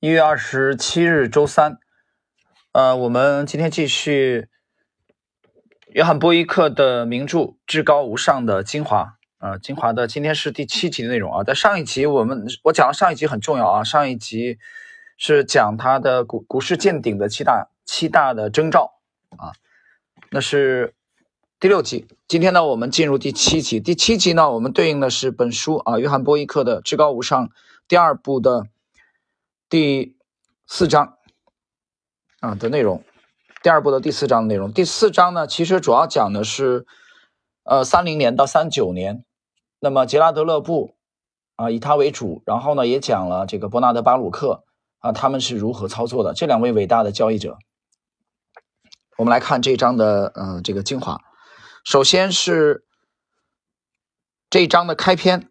1月27日周三，我们今天继续约翰波伊克的名著《至高无上的精华》精华的今天是第7集的内容啊。在上一集我讲了上一集很重要啊，上一集是讲他的股市见顶的七大的征兆啊，那是第6集。今天呢，我们进入第7集。第7集呢，我们对应的是本书啊，约翰波伊克的《至高无上》第2部的第4章的内容，第2部的第4章的内容。第4章呢，其实主要讲的是30年到39年，那么杰拉德勒布以他为主，然后呢也讲了这个伯纳德巴鲁克他们是如何操作的，这2位伟大的交易者。我们来看这一章的这个精华。首先是这一章的开篇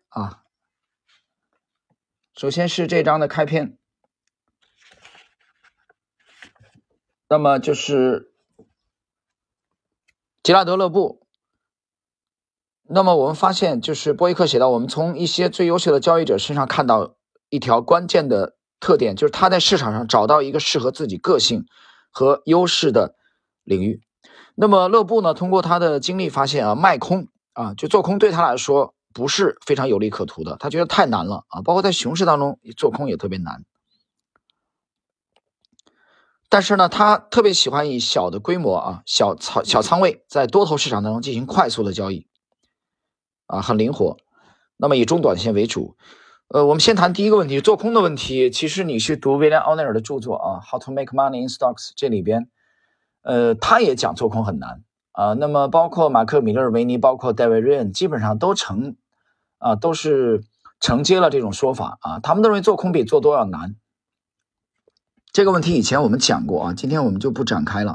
那么就是杰拉德勒布。那么我们发现，就是波伊克写到，我们从一些最优秀的交易者身上看到一条关键的特点，就是他在市场上找到一个适合自己个性和优势的领域。那么勒布呢，通过他的经历发现卖空就做空对他来说不是非常有利可图的，他觉得太难了包括在熊市当中做空也特别难。但是呢，他特别喜欢以小的规模小仓位在多头市场当中进行快速的交易很灵活。那么以中短线为主。我们先谈第一个问题，做空的问题。其实你去读威廉奥尼尔的著作How to Make Money in Stocks 这里边他也讲做空很难那么包括马克米勒维尼，包括戴维瑞恩，基本上都是承接了这种说法他们都认为做空比做多要难。这个问题以前我们讲过今天我们就不展开了。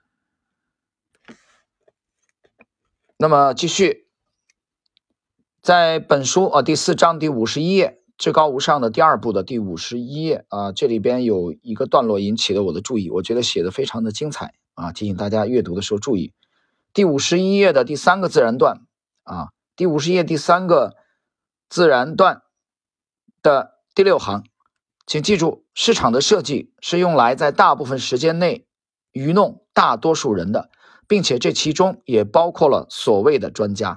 那么继续，在本书第4章第51页，至高无上的第2部的第51页这里边有一个段落引起了我的注意，我觉得写得非常的精彩提醒大家阅读的时候注意。第51页的第3个自然段第51页第3个自然段的第6行，请记住，市场的设计是用来在大部分时间内愚弄大多数人的，并且这其中也包括了所谓的专家。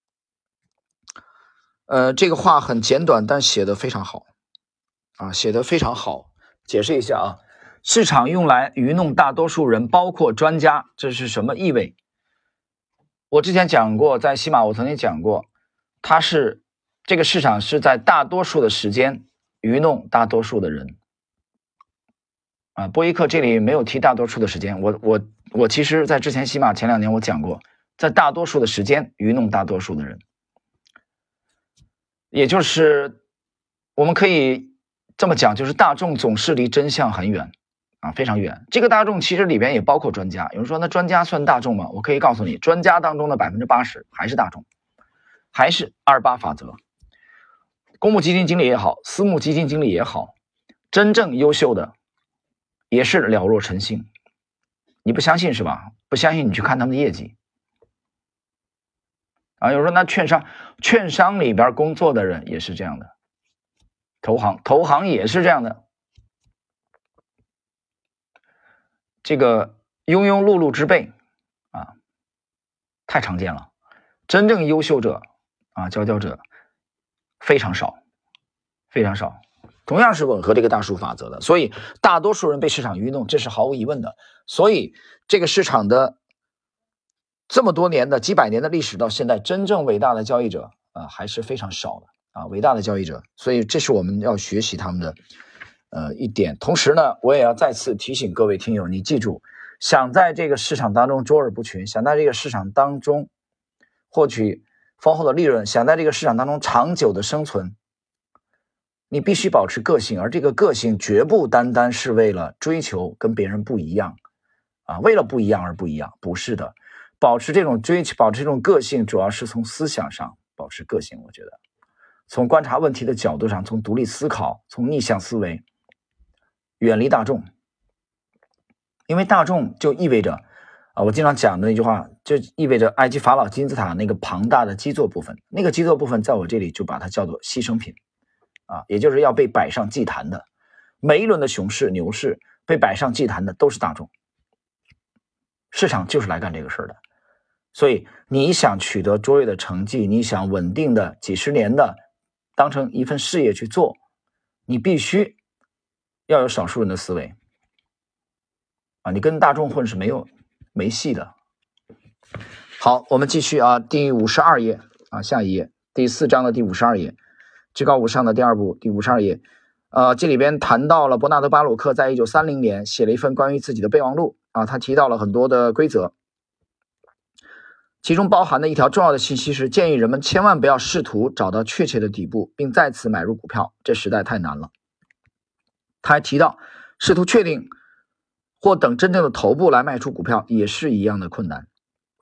这个话很简短，但写得非常好写得非常好。解释一下市场用来愚弄大多数人，包括专家，这是什么意味？我之前讲过，在西马我曾经讲过，这个市场是在大多数的时间愚弄大多数的人波伊克这里没有提大多数的时间，我其实在之前西马前2年我讲过，在大多数的时间愚弄大多数的人，也就是我们可以这么讲，就是大众总是离真相很远非常远。这个大众其实里边也包括专家。有人说那专家算大众吗？我可以告诉你，专家当中的 80% 还是大众，还是28法则。公募基金经理也好，私募基金经理也好，真正优秀的也是了若晨星。你不相信是吧？不相信你去看他们的业绩有人说那券商里边工作的人也是这样的，投行也是这样的。这个庸庸碌碌之辈太常见了。真正优秀者佼佼者非常少，非常少。同样是吻合这个大数法则的，所以大多数人被市场愚弄，这是毫无疑问的。所以这个市场的这么多年的几百年的历史到现在，真正伟大的交易者还是非常少的伟大的交易者。所以这是我们要学习他们的一点。同时呢，我也要再次提醒各位听友，你记住，想在这个市场当中卓尔不群，想在这个市场当中获取丰厚的利润，想在这个市场当中长久的生存，你必须保持个性。而这个个性绝不单单是为了追求跟别人不一样为了不一样而不一样，不是的。保持这种追求，保持这种个性，主要是从思想上保持个性。我觉得从观察问题的角度上，从独立思考，从逆向思维，远离大众。因为大众就意味着我经常讲的那句话，就意味着埃及法老金字塔那个庞大的基座部分，那个基座部分在我这里就把它叫做牺牲品也就是要被摆上祭坛的。 每一轮的熊市、牛市被摆上祭坛的都是大众，市场就是来干这个事儿的。所以你想取得卓越的成绩，你想稳定的几十年的当成一份事业去做，你必须要有少数人的思维啊！你跟大众混是没戏的。好，我们继续啊，第52页啊，下一页，第4章的第52页，至高无上的第2部第52页。这里边谈到了伯纳德·巴鲁克在1930年写了一份关于自己的备忘录啊，他提到了很多的规则，其中包含的一条重要的信息是建议人们千万不要试图找到确切的底部并再次买入股票，这实在太难了。他还提到试图确定或等真正的头部来卖出股票也是一样的困难。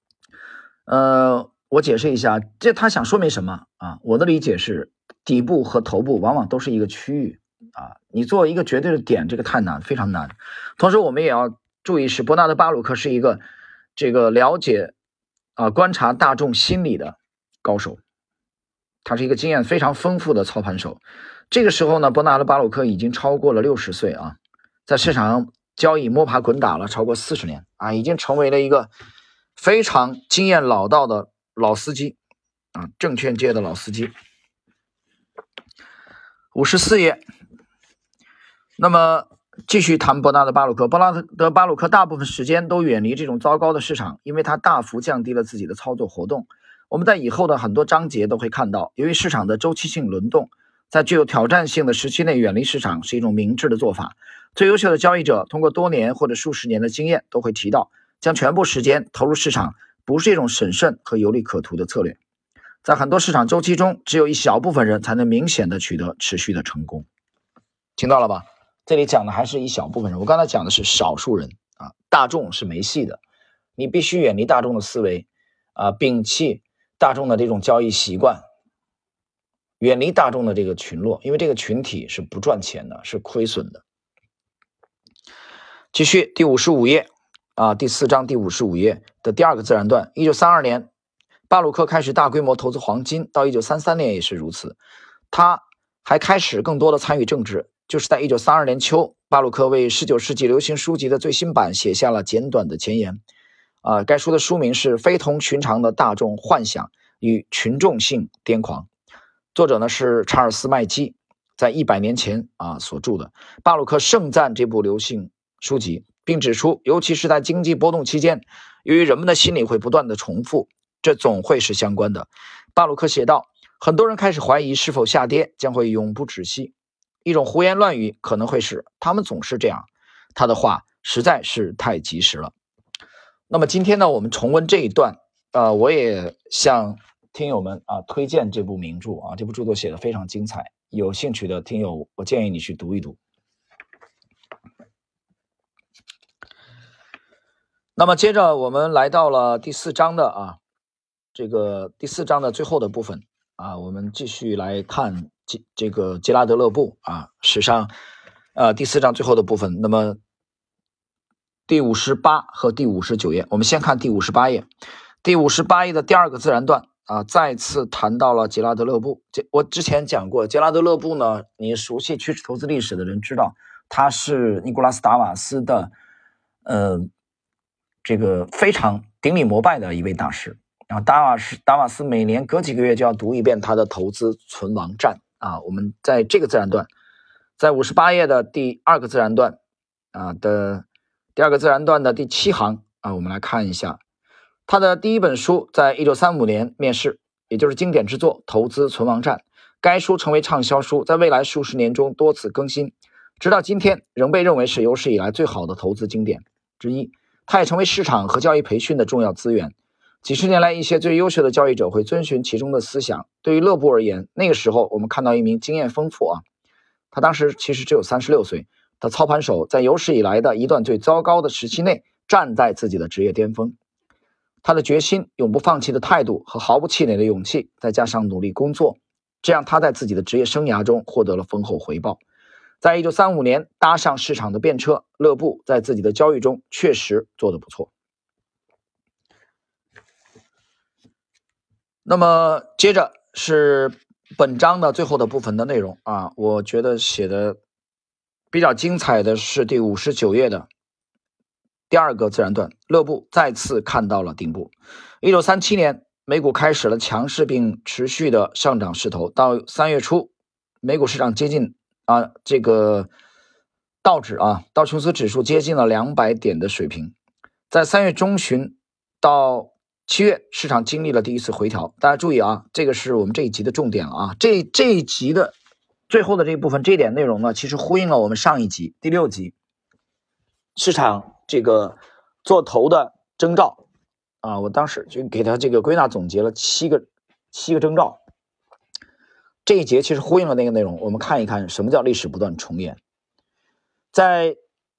我解释一下，这他想说明什么啊？我的理解是底部和头部往往都是一个区域啊，你做一个绝对的点，这个太难，非常难。同时我们也要注意是伯纳德·巴鲁克是一个了解观察大众心理的高手，他是一个经验非常丰富的操盘手。这个时候呢，伯纳德·巴鲁克已经超过了60岁啊，在市场上交易摸爬滚打了超过40年啊，已经成为了一个非常经验老道的老司机啊，证券界的老司机。54页，那么继续谈伯纳德·巴鲁克。伯纳德·巴鲁克大部分时间都远离这种糟糕的市场，因为他大幅降低了自己的操作活动。我们在以后的很多章节都会看到，由于市场的周期性轮动，在具有挑战性的时期内远离市场是一种明智的做法。最优秀的交易者通过多年或者数十年的经验都会提到，将全部时间投入市场不是一种审慎和有利可图的策略。在很多市场周期中，只有一小部分人才能明显的取得持续的成功。听到了吧？这里讲的还是一小部分人，我刚才讲的是少数人啊，大众是没戏的。你必须远离大众的思维啊，摒弃大众的这种交易习惯，远离大众的这个群落，因为这个群体是不赚钱的，是亏损的。继续第55页啊，第4章第55页的第2个自然段。1932年，巴鲁克开始大规模投资黄金，到1933年也是如此。他还开始更多的参与政治，就是在1932年秋，巴鲁克为19世纪流行书籍的最新版写下了简短的前言。该书的书名是《非同寻常的大众幻想与群众性癫狂》，作者呢是查尔斯·麦基，在100年前所著的。巴鲁克盛赞这部流行书籍，并指出，尤其是在经济波动期间，由于人们的心理会不断的重复，这总会是相关的。巴鲁克写道，很多人开始怀疑是否下跌将会永不止息，一种胡言乱语可能会是他们总是这样。他的话实在是太及时了。那么今天呢，我们重温这一段，我也向听友们推荐这部名著啊，这部著作写得非常精彩，有兴趣的听友，我建议你去读一读。那么接着我们来到了第4章的这个第4章的最后的部分我们继续来看这个杰拉德勒布史上第4章最后的部分。那么第58和第59页，我们先看第58页。第58页的第2个自然段再次谈到了杰拉德勒布。我之前讲过，杰拉德勒布呢，你熟悉趋势投资历史的人知道，他是尼古拉斯达瓦斯的这个非常顶礼膜拜的一位大师。然后达瓦斯每年隔几个月就要读一遍他的投资存亡战我们在这个自然段，在58页的第2个自然段的第2个自然段的第7行我们来看一下他的第一本书，在1935年面世，也就是经典之作《投资存亡战》。该书成为畅销书，在未来数十年中多次更新，直到今天仍被认为是有史以来最好的投资经典之一。它也成为市场和交易培训的重要资源。几十年来，一些最优秀的交易者会遵循其中的思想。对于勒布而言，那个时候我们看到一名经验丰富他当时其实只有36岁，他操盘手在有史以来的一段最糟糕的时期内站在自己的职业巅峰。他的决心、永不放弃的态度和毫不气馁的勇气，再加上努力工作，这样他在自己的职业生涯中获得了丰厚回报。在1935年搭上市场的便车，勒布在自己的交易中确实做得不错。那么接着是本章的最后的部分的内容我觉得写的比较精彩的是第59页的第二个自然段，勒布再次看到了顶部。1937年，美股开始了强势并持续的上涨势头，到3月初，美股市场接近这个道琼斯指数接近了200点的水平。在3月中旬到7月，市场经历了第一次回调。大家注意啊，这个是我们这一集的重点了啊。这一集的最后的这一部分，这一点内容呢，其实呼应了我们上一集第6集市场这个做头的征兆啊。我当时就给他这个归纳总结了七个征兆。这一节其实呼应了那个内容，我们看一看什么叫历史不断重演。在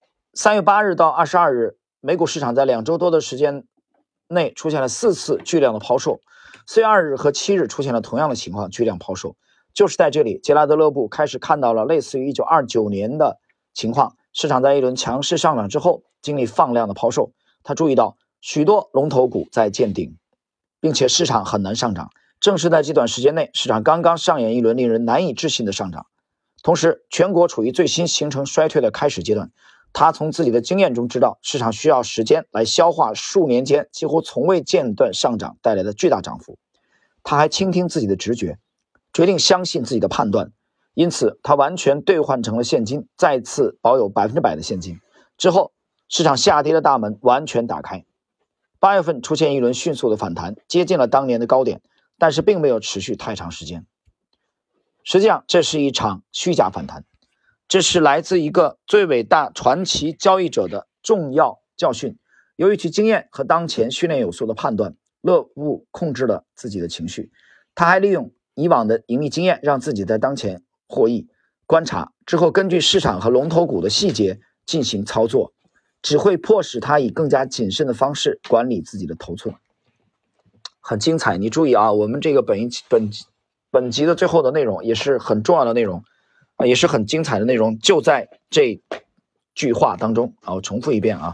3月8日到22日，美股市场在2周多的时间内出现了4次巨量的抛售。4月2日和7日出现了同样的情况，巨量抛售。就是在这里，杰拉德勒布开始看到了类似于1929年的情况，市场在一轮强势上涨之后经历放量的抛售。他注意到许多龙头股在见顶，并且市场很难上涨。正是在这段时间内，市场刚刚上演一轮令人难以置信的上涨。同时，全国处于最新形成衰退的开始阶段。他从自己的经验中知道，市场需要时间来消化数年间几乎从未间断上涨带来的巨大涨幅。他还倾听自己的直觉，决定相信自己的判断，因此他完全兑换成了现金，再次保有100%的现金。之后，市场下跌的大门完全打开。8月份出现一轮迅速的反弹，接近了当年的高点，但是并没有持续太长时间。实际上，这是一场虚假反弹。这是来自一个最伟大传奇交易者的重要教训。由于其经验和当前训练有素的判断，勒布控制了自己的情绪。他还利用以往的盈利经验，让自己在当前获益。观察之后，根据市场和龙头股的细节进行操作，只会迫使他以更加谨慎的方式管理自己的头寸。很精彩，你注意啊，我们这个本集的最后的内容也是很重要的内容啊，也是很精彩的内容，就在这句话当中啊。我重复一遍啊。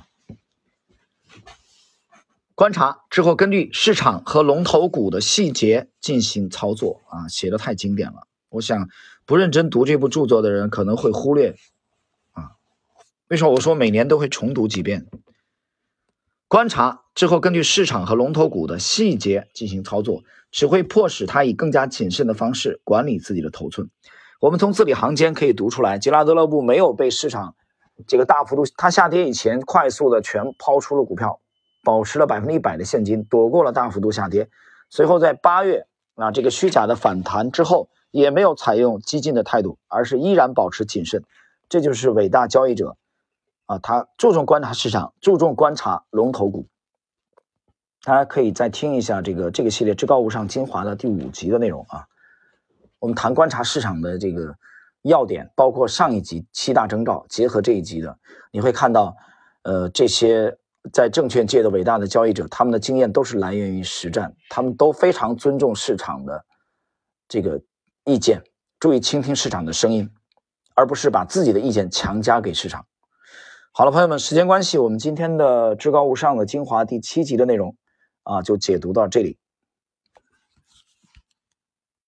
观察之后，根据市场和龙头股的细节进行操作啊，写得太经典了。我想不认真读这部著作的人可能会忽略啊。为什么我说每年都会重读几遍？观察之后，根据市场和龙头股的细节进行操作，只会迫使他以更加谨慎的方式管理自己的头寸。我们从字里行间可以读出来，杰拉德勒布没有被市场这个大幅度，他下跌以前快速的全抛出了股票，保持了100%的现金，躲过了大幅度下跌。随后在8月这个虚假的反弹之后，也没有采用激进的态度，而是依然保持谨慎。这就是伟大交易者啊，他注重观察市场，注重观察龙头股。大家可以再听一下这个系列至高无上精华的第5集的内容啊。我们谈观察市场的这个要点，包括上一集7大征兆，结合这一集的，你会看到这些在证券界的伟大的交易者，他们的经验都是来源于实战，他们都非常尊重市场的这个意见，注意倾听市场的声音，而不是把自己的意见强加给市场。好了，朋友们，时间关系，我们今天的至高无上的精华第7集的内容就解读到这里。